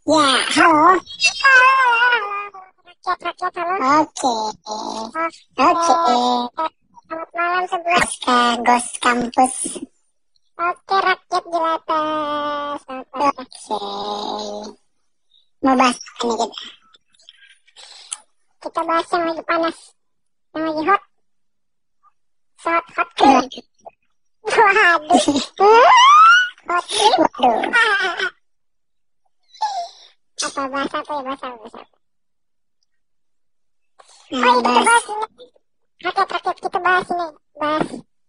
Ya, halo. Rakyat, halo. Oke. Selamat malam sebelum Ghost Kampus. Oke, rakyat jelata. Selamat malam. Oke. Mau bahas apa nih kita? Kita bahas yang lagi panas, yang lagi hot. Hot cream. Waduh. Hot cream. Waduh. Apa bahasa apa ya, bahasa apa? Nah, Oh, kita bahas. bahas ini. Rakyat, kita bahas ini. Bahas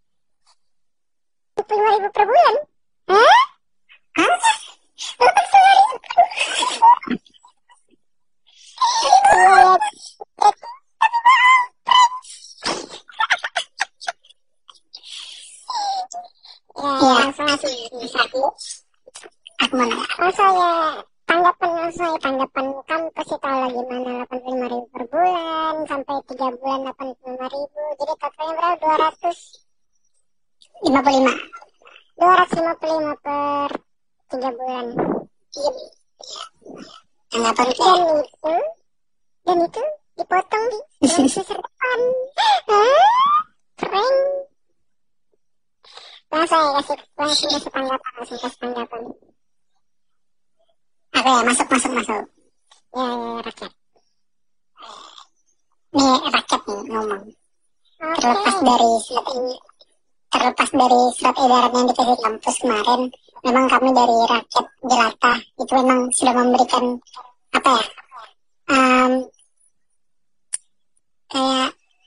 25.000 per bulan. Hah? 25.000. Ya, langsung bisa. Aku mana? Langsung ya tanggapan kampus itu lagi mana 85.000 per bulan sampai 3 bulan 85.000, jadi totalnya berapa? 55. 255 per 3 bulan. Tanggapan Dan itu dipotong di semester depan. Keren. Langsung kasih tanggapan. Apa ya? Masuk. Ya, rakyat. Nih rakyat nih ngomong. Oke. Terlepas dari surat edaran yang dikasih kampus kemarin, memang kami dari rakyat jelata itu memang sudah memberikan apa ya? Kayak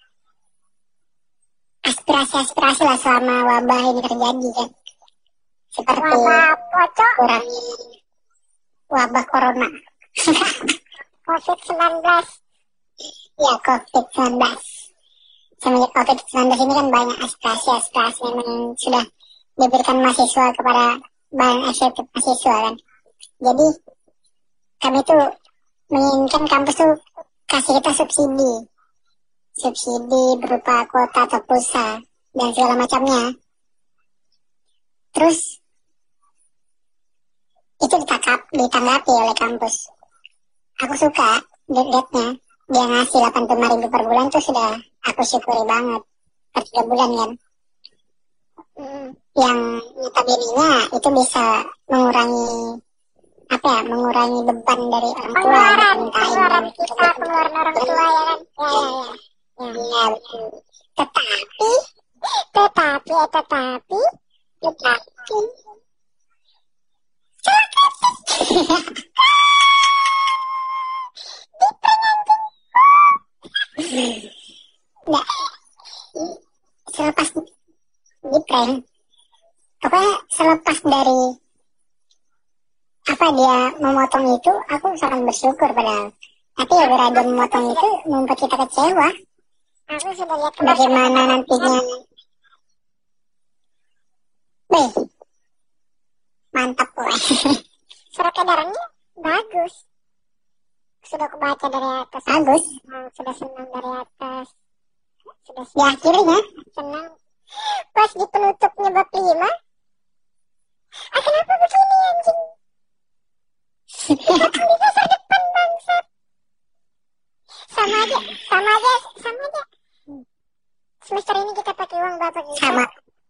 aspirasi lah selama wabah ini terjadi kan. Seperti Wabah pocok kurangi wabah corona. COVID-19. Ya, COVID-19. Semenjak COVID-19 ini kan banyak aspirasi yang sudah diberikan mahasiswa kepada bank eksekutif mahasiswa kan. Jadi kami tuh menginginkan kampus tuh kasih kita subsidi berupa kuota atau pulsa dan segala macamnya. Terus itu ditanggapi oleh kampus. Aku suka lihatnya, dia ngasih 85.000 per bulan tuh sudah aku syukuri banget per 3 bulan kan. Yang notabene-nya itu bisa mengurangi beban dari orang tua. Pengeluaran orang tua ya kan. Ya, betul. Tetapi nggak, selepas di prank, pokoknya selepas dari apa dia memotong itu, aku sangat bersyukur padahal. Tapi ya gara dia memotong itu membuat kita kecewa. Aku sudah lihat Bagaimana nantinya? Mantap woy. surat edarannya bagus. Sudah aku baca dari atas. Bagus. Sudah senang dari atas. Sudah Ya akhirnya senang. Pas di penutupnya bab 5. Kenapa begini anjing? Di masa depan bangsat. Sama aja. Semester ini kita pakai uang berapa kita? sama.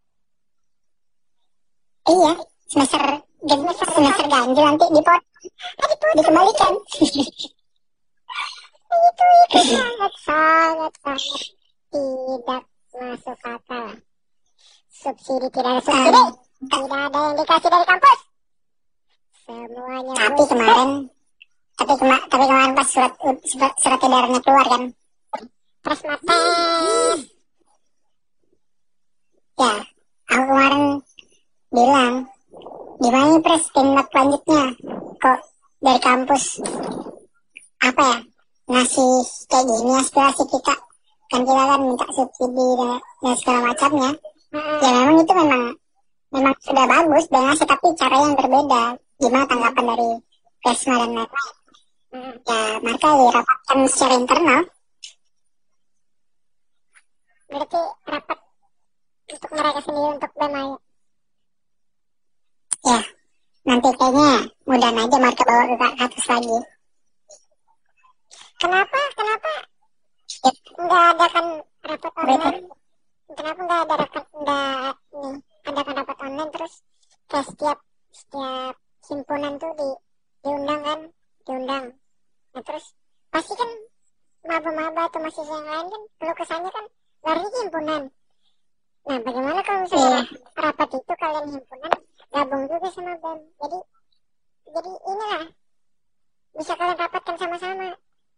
Iya, semester ganjil nanti dikembalikan. Itu sangat tidak masuk akal. Subsidi tidak ada subsidi. Tidak ada yang dikasih dari kampus. Semuanya. Tapi kemarin pas surat edarannya keluar kan. Presmates. Ya, aku kemarin bilang, gimana pres tindak lanjutnya? Kok dari kampus apa ya ngasih kayak gini aspirasi kita? Kan kita kan minta subsidi dan segala macamnya. Ya memang itu memang sudah bagus dan ngasih, tapi cara yang berbeda. Gimana tanggapan dari Presma dan lain-lain? Ya mereka dirapatkan secara internal. Berarti rapat untuk mereka sendiri untuk BEM. Ya, nanti kayaknya mudah mudahan aja Marka bawa ke atas lagi. Kenapa Ya, nggak adakan rapat online? Kenapa nggak ada adakan rapat online terus kayak setiap himpunan tuh diundang kan, diundang. Nah terus pasti kan maba-maba atau mahasiswa yang lain kan kalau kesannya kan lari himpunan. Nah bagaimana kalau misalnya rapat itu kalian himpunan gabung juga sama BEM, jadi inilah bisa kalian rapatkan sama-sama.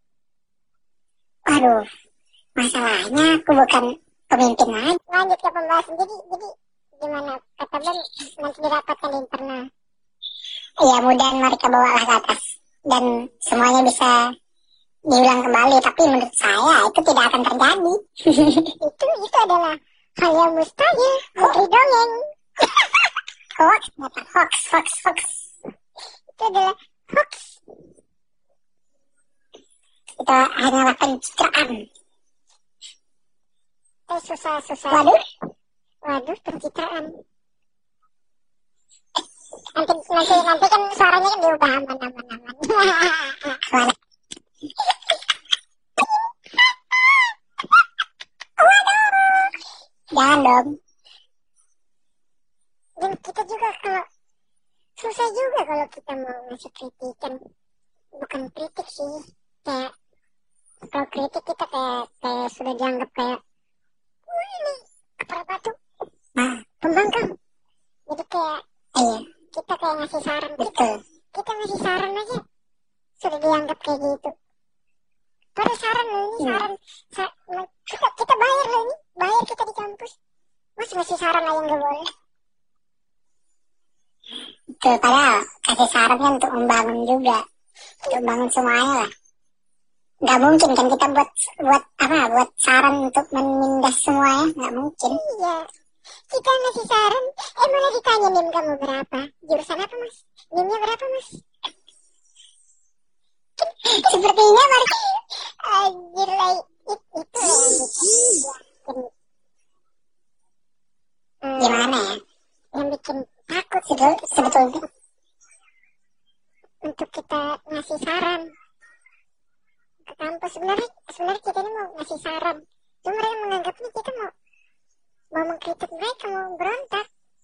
Aduh, masalahnya aku bukan pemimpin aja. Lanjut ke pembahasan. Jadi gimana kata BEM nanti dirapatkan di internal. Ya mudahan mereka bawalah ke atas dan semuanya bisa diulang kembali, tapi menurut saya itu tidak akan terjadi. itu adalah hal yang mustahil. Putri dongeng. Hoax. Itu adalah hoax. Itu hanyalah pencitraan. Susah. Waduh, pencitraan. Nanti kan suaranya kan diubah aman. Jangan dong. Dan kita juga kalau susah juga kalau kita mau ngasih kritikan, bukan kritik sih, kayak kalau kritik kita kayak sudah dianggap kayak ini kepala batu, pembangkang. Jadi kayak Iya, kita kayak ngasih saran, betul. kita ngasih saran aja sudah dianggap kayak gitu. Padahal saran loh ini, kita bayar loh ini, bayar kita di kampus, mas ngasih saran aja nggak boleh. Betul, padahal kasih saran kan untuk membangun juga, untuk bangun semuanya lah. Gak mungkin kan kita buat saran untuk menindas semuanya, gak mungkin. Iya, kita ngasih saran, malah ditanya NIM kamu berapa, jurusan apa mas, NIM-nya berapa mas? Sepertinya Marka Anjir lah, itu gimana ya? yang bikin takut Sebetulnya untuk kita ngasih saran ke kampus. Sebenarnya kita ini mau ngasih saran, cuma mereka menganggapnya kita mau mengkritik mereka, mau berontak.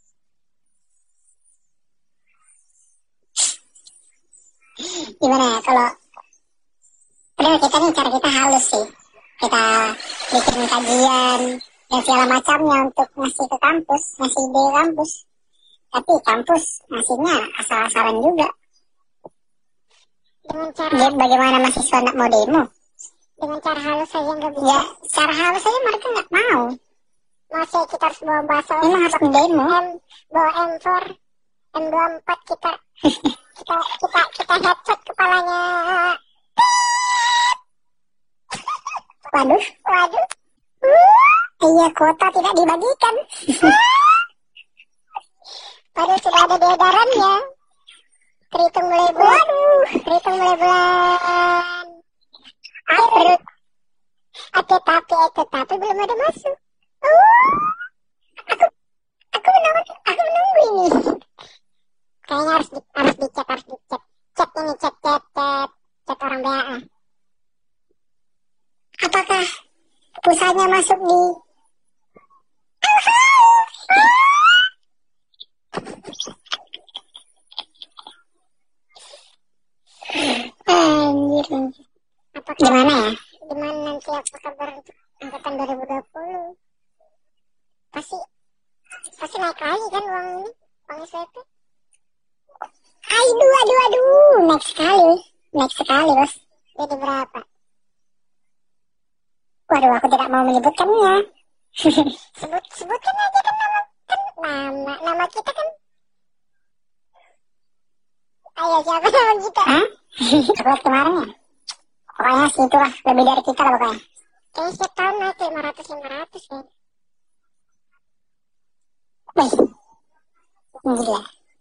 gimana ya, kalau padahal kita nih cara kita halus sih, kita bikin kajian dan segala macamnya untuk ngasih ke kampus, ngasih ide kampus, tapi kampus ngasihnya asal-asalan juga. Dengan cara Jadi bagaimana mahasiswa nak mau demo? dengan cara halus saja nggak bisa. Ya secara halus aja mereka nggak mau. Masih kita harus bawa bakso, Memang harus demo. bawa M4, M24 kita headshot kepalanya. Waduh. Iya, kuota tidak dibagikan. Padahal sudah ada di edarannya. Terhitung mulai bulan April. Tapi belum ada masuk. Aku menunggu ini. Kayaknya harus dicek. Cek ini, cek orang BAA. Apakah pulsanya masuk di anjir. Gimana ya? Gimana nanti apa kabar untuk angkatan 2020? Pasti naik lagi kan uang SPP? Aduh, naik sekali bos. Jadi berapa? Waduh, aku tidak mau menyebutkannya. Sebutkan aja kan nama kita kan. Ayo, siapa nama kita? Hah? Sebelas kemarin ya? Pokoknya segitu lah, lebih dari kita lah pokoknya. Kayaknya setiap tahun naik 500 kan. Wih, gila.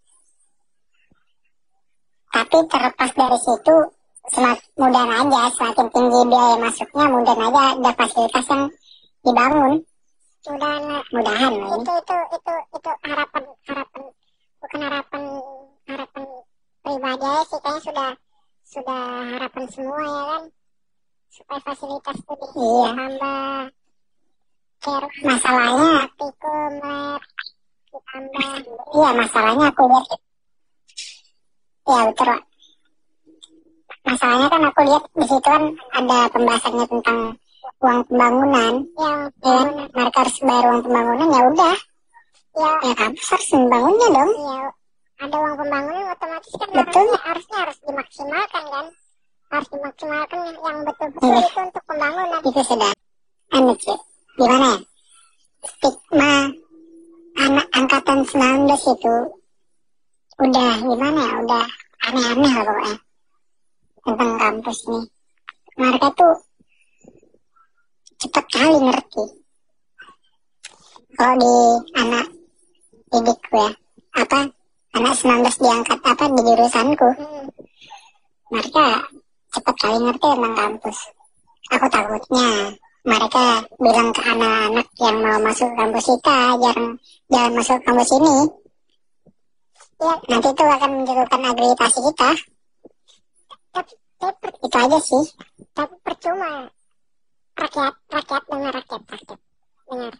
Tapi terlepas dari situ, mudah aja, semakin tinggi biaya masuknya, mudah aja ada fasilitas yang dibangun. Mudahan lah ini. Itu harapan bukan harapan pribadi aja sih kayaknya sudah harapan semua ya kan, supaya fasilitas tuh ditambah, kayak Masalahnya, praktikum, lab ditambah. iya masalahnya aku lihat, ya betul Wak. Masalahnya kan aku lihat di situ kan ada pembahasannya tentang uang pembangunan, Yang ya kan? Mereka harus bayar uang pembangunan, ya udah, ya kampus harus membangunnya dong. ya ada uang pembangunan otomatis kan Betul. harus dimaksimalkan kan, harus dimaksimalkan yang betul-betul Iya. itu untuk pembangunan. Itu sudah aneh sih. Gimana ya? Stigma anak angkatan 19 itu udah gimana ya? Udah aneh-aneh lah pokoknya tentang kampus nih. Mereka tuh cepat kali ngerti. Kalau di anak didikku ya, anak 19 diangkat di jurusanku, mereka cepat kali ngerti tentang kampus. Aku takutnya mereka bilang ke anak-anak yang mau masuk kampus kita, jangan masuk kampus ini. Ya, Nanti itu akan menjatuhkan akreditasi kita. tapi Itu aja sih. tapi percuma, rakyat dengar, rakyat dengar.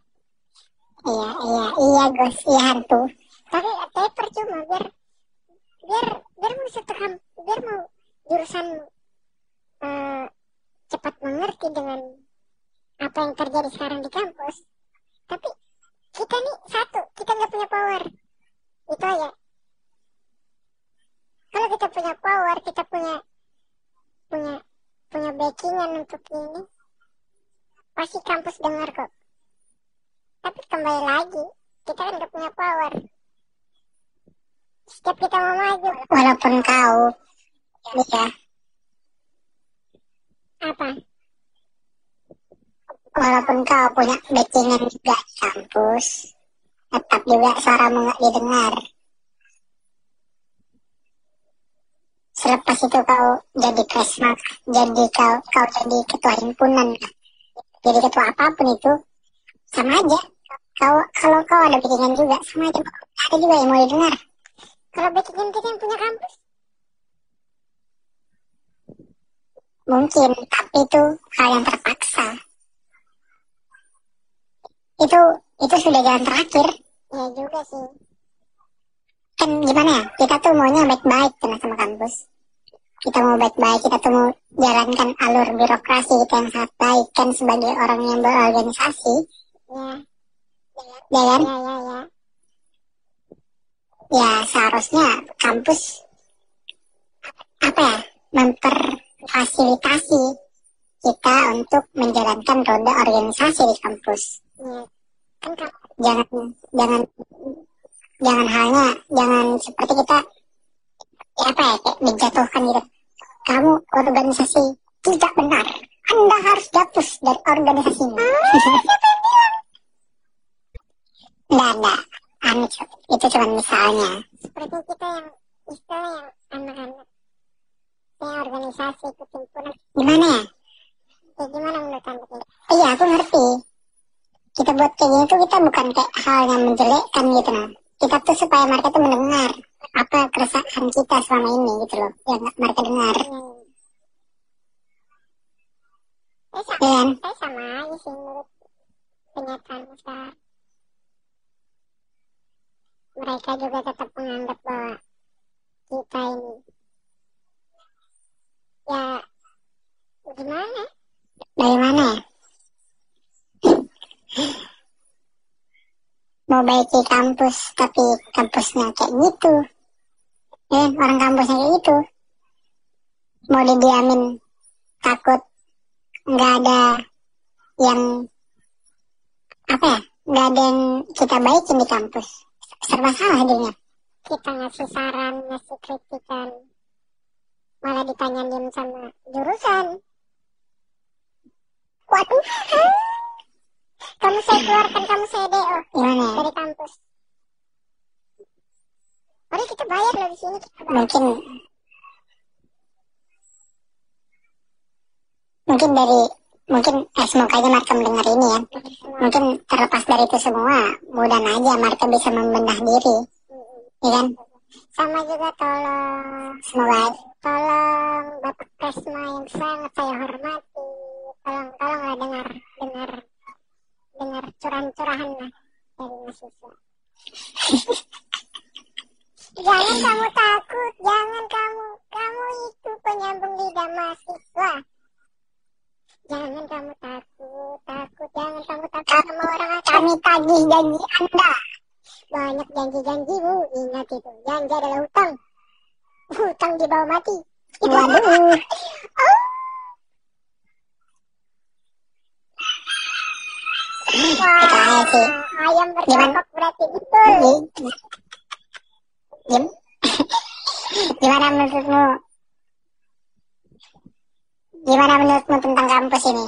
Iya Gus, iya hantu. Tapi percuma, biar masuk ke biar mau jurusan cepat mengerti dengan apa yang terjadi sekarang di kampus. Tapi kita nih kita nggak punya power, itu aja. Kalau kita punya power, kita punya backingan untuk ini, pasti kampus dengar kok. Tapi kembali lagi, kita kan nggak punya power. Setiap kita mau maju, Walaupun kau, ya, apa? walaupun kau punya backingan juga di kampus, tetap juga suaramu nggak didengar. Selepas itu kau jadi presma, jadi kau jadi ketua himpunan, jadi ketua apapun itu, sama aja. Kalau kau ada backingan juga, sama aja. Ada juga yang mau didengar. Kalau backingan kita yang punya kampus, Mungkin, tapi itu hal yang terpaksa. Itu sudah jalan terakhir. ya juga sih. Kan gimana ya? Kita tuh maunya baik-baik sama kampus. Kita mau baik-baik, kita tuh mau jalankan alur birokrasi kita yang sangat baik kan sebagai orang yang berorganisasi. Ya, Ya kan? ya. Ya seharusnya kampus memperfasilitasi kita untuk menjalankan roda organisasi di kampus. Ya. Kan Jangan seperti kita kayak dijatuhkan gitu. Kamu organisasi tidak benar, Anda harus hapus dari organisasi ini. Enggak, itu cuma misalnya. seperti kita yang istilah yang anak-anak yang organisasi ikut himpunan. Gimana ya? Ya gimana menurut Anda? Iya, aku ngerti. Kita buat kayak gini tuh kita bukan kayak hal yang menjelekkan gitu nah. Kita tuh supaya mereka tuh mendengar apa keresahan kita selama ini gitu loh, yang mereka dengar. Saya sama aja sih menurut kenyataan sekarang. Mereka juga tetap menganggap bahwa kita ini ya gimana? Dari mana ya? Mau baiki kampus tapi kampusnya kayak gitu. Orang kampusnya kayak gitu. Mau didiamin takut nggak ada yang nggak ada yang kita baikin di kampus. Serba salah jadinya. Kita ngasih saran, ngasih kritikan, malah ditanyain sama jurusan. Waduh, Kamu saya keluarkan, kamu saya DO gimana ya? dari kampus. Padahal kita bayar loh di sini. Semoga aja mereka mendengar ini ya. Mungkin terlepas dari itu semua, mudah aja mereka bisa membenah diri, ya kan? Sama juga Semoga tolong Bapak Presma yang sangat saya hormati, tolonglah dengar curahan-curahan lah dari mahasiswa. Jangan kamu takut, jangan kamu itu penyambung lidah mahasiswa. Jangan kamu takut, jangan kamu takut sama orang asing. kami tagih janji Anda. Banyak janji-janjimu, ingat itu. Janji adalah hutang. Hutang di bawah mati. Waduh. Wah, sih. ayam berkokok berarti betul. Gimana menurutmu? Gimana menurutmu tentang kampus ini?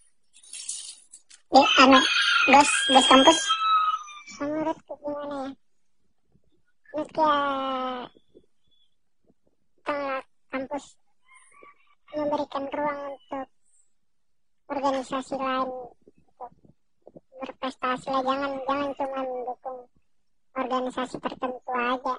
Gus kampus? Menurutku gimana ya? Menurutku ya, tengah kampus memberikan ruang untuk organisasi lain untuk berprestasi lah. Jangan cuma mendukung organisasi tertentu aja.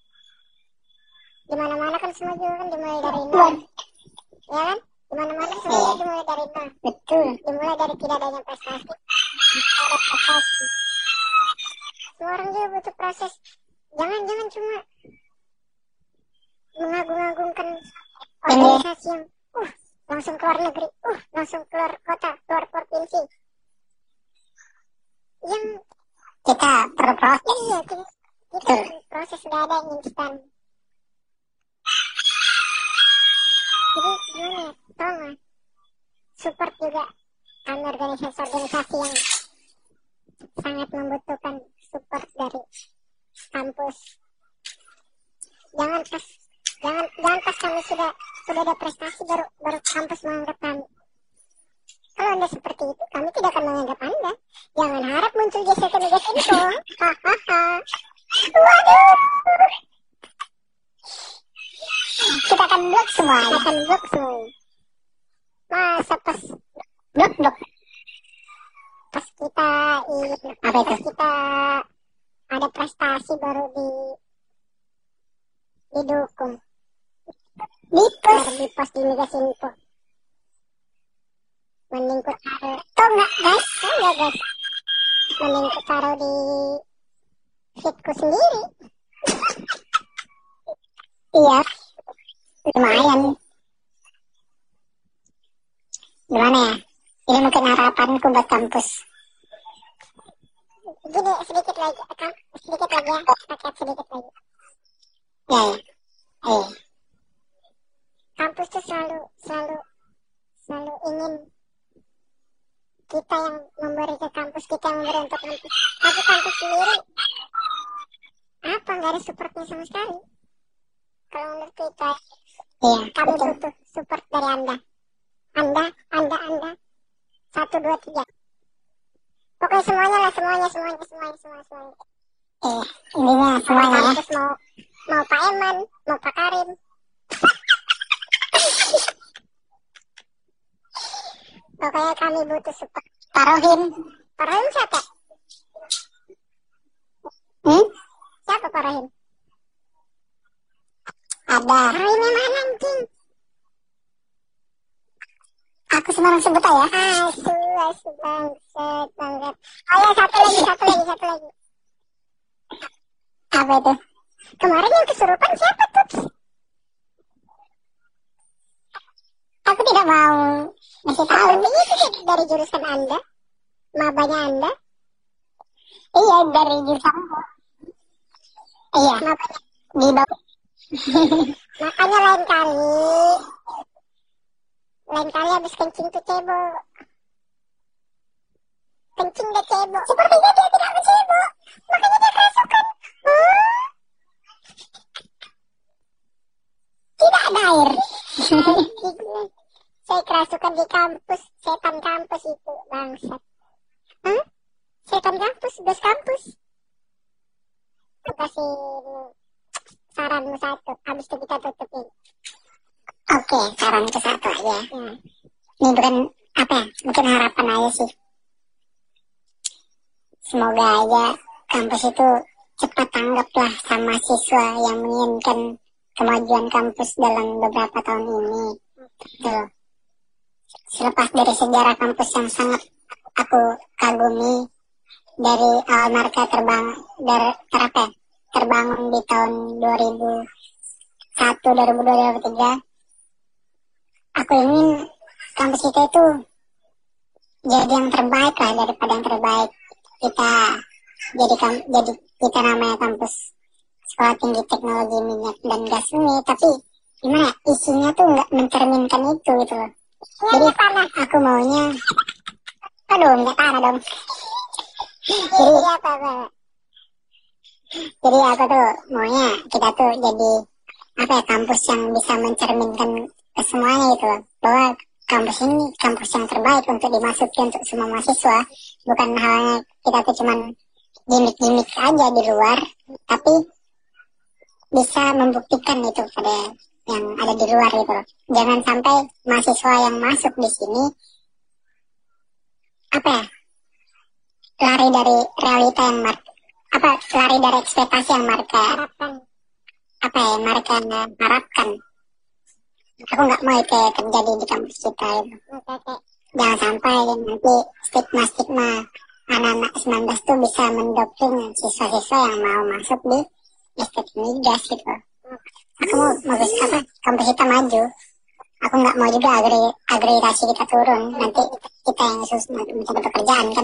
Di mana-mana kan semua juga kan dimulai dari nol, ya kan? Di mana-mana semua dimulai dari nol. Betul. Dimulai dari tidak adanya prestasi. Ada prestasi. Semua orang juga butuh proses. Jangan cuma mengagung-agungkan organisasi yang langsung keluar negeri, langsung keluar kota, keluar provinsi. Yang Kita perlu proses. iya, kita proses, gak ada yang instan. Jadi gimana ya, tolonglah support juga kami organisasi-organisasi yang sangat membutuhkan support dari kampus. Jangan pas kami sudah ada prestasi baru kampus menganggap kami. Kalau Anda seperti itu, kami tidak akan menganggap Anda. Jangan harap muncul gesekan-gesekan itu. Hahaha. Waduh. Kita akan blok semua. Masa pas Blok. kita Apa itu? pas kita ada prestasi baru didukung. Di pos di Liga Sinpo. Mending ku taruh. Enggak guys. Mending ku taruh di fitku sendiri. Iya. Lumayan. Gimana ya? Ini mungkin harapanku buat kampus. Gini sedikit lagi ya. Paket sedikit lagi. Ya. Kampus tuh selalu ingin kita yang memberi ke kampus, kita yang memberi untuk kampus. Tapi kampus sendiri nggak ada supportnya sama sekali. Kalau menurut kita, kami butuh support dari Anda. Anda. 1, 2, 3. Pokoknya semuanya lah, semuanya. Intinya semuanya ya. Kampus mau Pak Eman, mau Pak Karim. Pokoknya kami butuh support. Parohim siapa? Siapa Parohim? ada. Parohimnya mana anjing? Aku sembarang sebut aja. Asu bangsat. Oh ya, satu lagi. Apa itu? Kemarin yang kesurupan siapa tuh? Aku tidak mau ngasih tahu. Itu dari jurusan Anda? Mabanya Anda? Iya, dari jurusanku. Iya. Mabanya. Di bawah. Makanya lain kali habis kencing tuh cebok. Kencing deh cebok. Sepertinya dia tidak mencebok. Makanya dia kerasukan. Tidak ada air. Saya kerasukan di kampus. Setan kampus itu bangsat. Setan kampus, bos kampus. Aku kasih saranmu satu. Habis itu kita tutupin. Oke, saranku satu aja. Ya. Ini bukan apa ya? Mungkin harapan aja sih. Semoga aja kampus itu cepat tanggaplah sama siswa yang menginginkan kemajuan kampus dalam beberapa tahun ini. Gitu. Selepas dari sejarah kampus yang sangat aku kagumi, dari awal mereka terbangun di tahun 2001, 2002, 2003. Aku ingin kampus kita itu jadi yang terbaik lah daripada yang terbaik. Jadi kita namanya kampus Sekolah Tinggi Teknologi Minyak dan Gas Bumi, tapi gimana isinya tuh nggak mencerminkan itu gitu loh. Jadi aku maunya, aduh nggak tanah dong. Jadi aku tuh maunya kita tuh jadi kampus yang bisa mencerminkan semuanya gitu loh, bahwa kampus ini kampus yang terbaik untuk dimasuki untuk semua mahasiswa. Bukan halnya kita tuh cuman gimmick aja di luar, tapi bisa membuktikan itu pada yang ada di luar gitu loh. Jangan sampai mahasiswa yang masuk di sini lari dari realita yang lari dari ekspektasi yang mereka harapkan. Aku nggak mau itu terjadi di kampus kita itu. Jangan sampai nanti stigma anak-anak 19 tuh bisa mendoktrin siswa-siswa yang mau masuk di Estetik Migas gitu. Aku mau kampus kita maju. Aku nggak mau juga agregasi kita turun. Nanti kita yang susah mencari pekerjaan kan.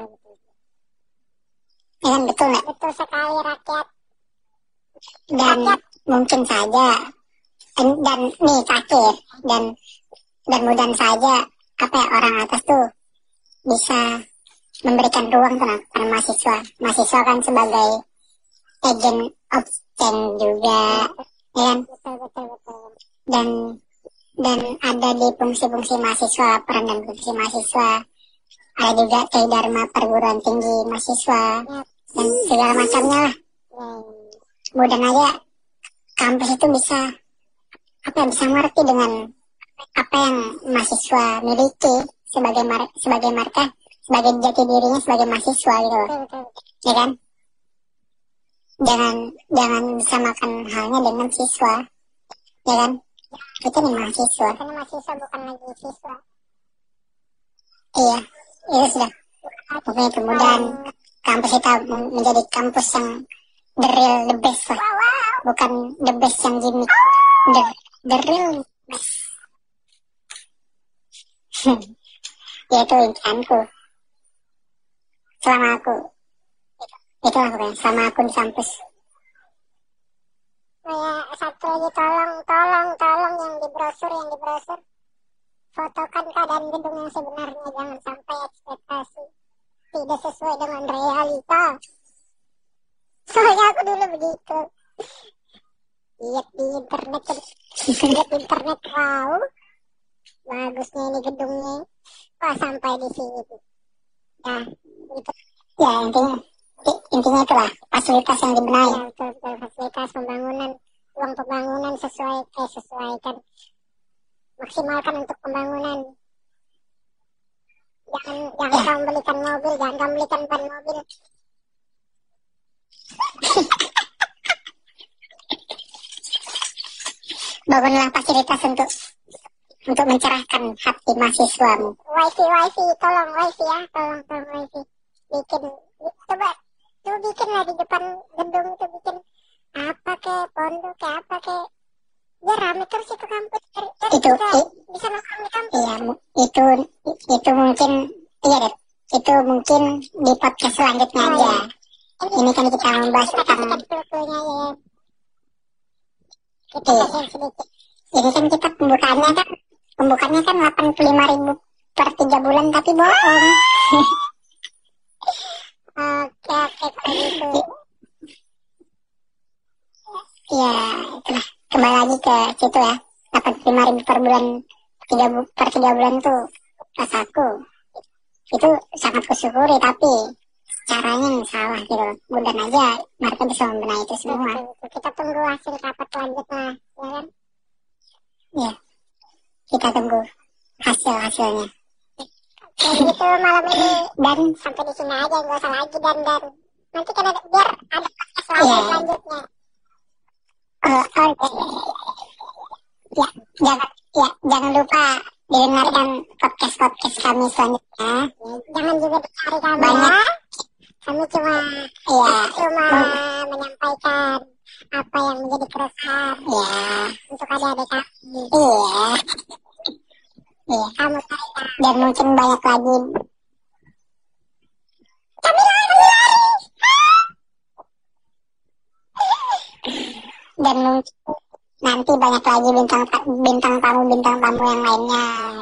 Ya kan, betul nggak? Betul sekali, rakyat. Dan mungkin saja dan nih terakhir dan mudah saja orang atas tuh bisa memberikan ruang pada mahasiswa. Mahasiswa kan sebagai agent of change juga, ya kan? Betul. Dan ada di fungsi-fungsi mahasiswa, peran dan fungsi mahasiswa. Ada juga Dharma perguruan tinggi mahasiswa dan segala macamnya lah. Mudah aja kampus itu bisa ngerti dengan apa yang mahasiswa miliki sebagai mereka, sebagai jati dirinya sebagai mahasiswa gitu loh. Ya kan? Jangan disamakan halnya dengan siswa. Ya kan? Kita nih mahasiswa. Karena mahasiswa bukan lagi siswa. Iya, itu sudah. Pokoknya kemudian kampus kita menjadi kampus yang the real, the best lah. Bukan the best yang gimmick. The real best. Ya itu impianku. Selama aku. Itulah pokoknya. Selama aku di kampus. Satu lagi, tolong yang di brosur. Fotokan keadaan gedung yang sebenarnya. Jangan sampai ekspektasi tidak sesuai dengan realita. Soalnya aku dulu begitu. Lihat di internet, wow, bagusnya ini gedungnya. Kok sampai di sini? Nah, gitu. Ya, intinya itulah fasilitas yang dibenahi. Ya, betul. Fasilitas pembangunan, uang pembangunan sesuaikan. Maksimalkan untuk pembangunan. Jangan kamu belikan mobil, jangan kamu belikan ban mobil. Bangunlah fasilitas untuk mencerahkan hati mahasiswamu. Wifi, tolong wifi ya, tolong wifi. Coba bikinlah di depan gedung itu, bikin apa ke pondok ke apa ke, biar rame terus itu kampus. Itu bisa nongkrong di kampus. Iya, itu mungkin itu mungkin di podcast selanjutnya aja. Ini kan kita membahas tentang kita kasih sedikit. Ini kan kita pembukaannya kan 85.000 per 3 bulan, tapi bohong. Oke, kalau gitu. Ya, itulah. Kembali lagi ke situ ya. 85.000 per bulan, per 3 bulan tuh rasaku. Itu sangat kusyukuri, tapi caranya yang salah gitu loh. Mudah aja mereka bisa membenahi itu semua. Kita tunggu hasil rapat selanjutnya, ya kan? Ya, kita tunggu hasilnya. Jadi gitu malam ini. Dan sampai di sini aja, nggak usah lagi dan nanti kan biar ada podcast update selanjutnya. Oke. Jangan lupa didengarkan podcast kami selanjutnya. Jangan juga dicari kami Banyak. ya. Kami cuma menyampaikan apa yang menjadi keresahan untuk adik-adik kami. Iya. Kamu cari Dan mungkin banyak lagi. Dan mungkin nanti banyak lagi bintang tamu yang lainnya.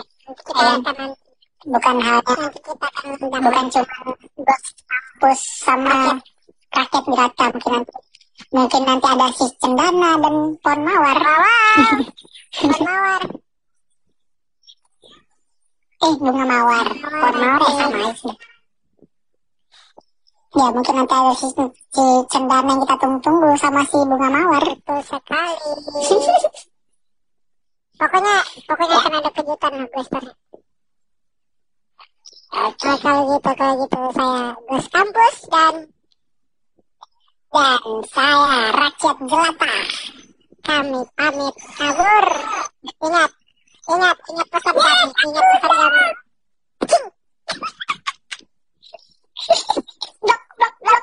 Bukan cuma bos kampus sama rakyat jelata. Mungkin nanti ada si Cendana dan Pohon Mawar. Bunga Mawar. Pohon Mawar sama aja. Ya mungkin nanti ada si Cendana yang kita tunggu sama si Bunga Mawar. Betul sekali. Pokoknya akan ada kejutan lah Blaster. Kalau gitu saya Gus Kampus dan saya rakyat jelata. kami pamit kabur. Ingat pesan kami.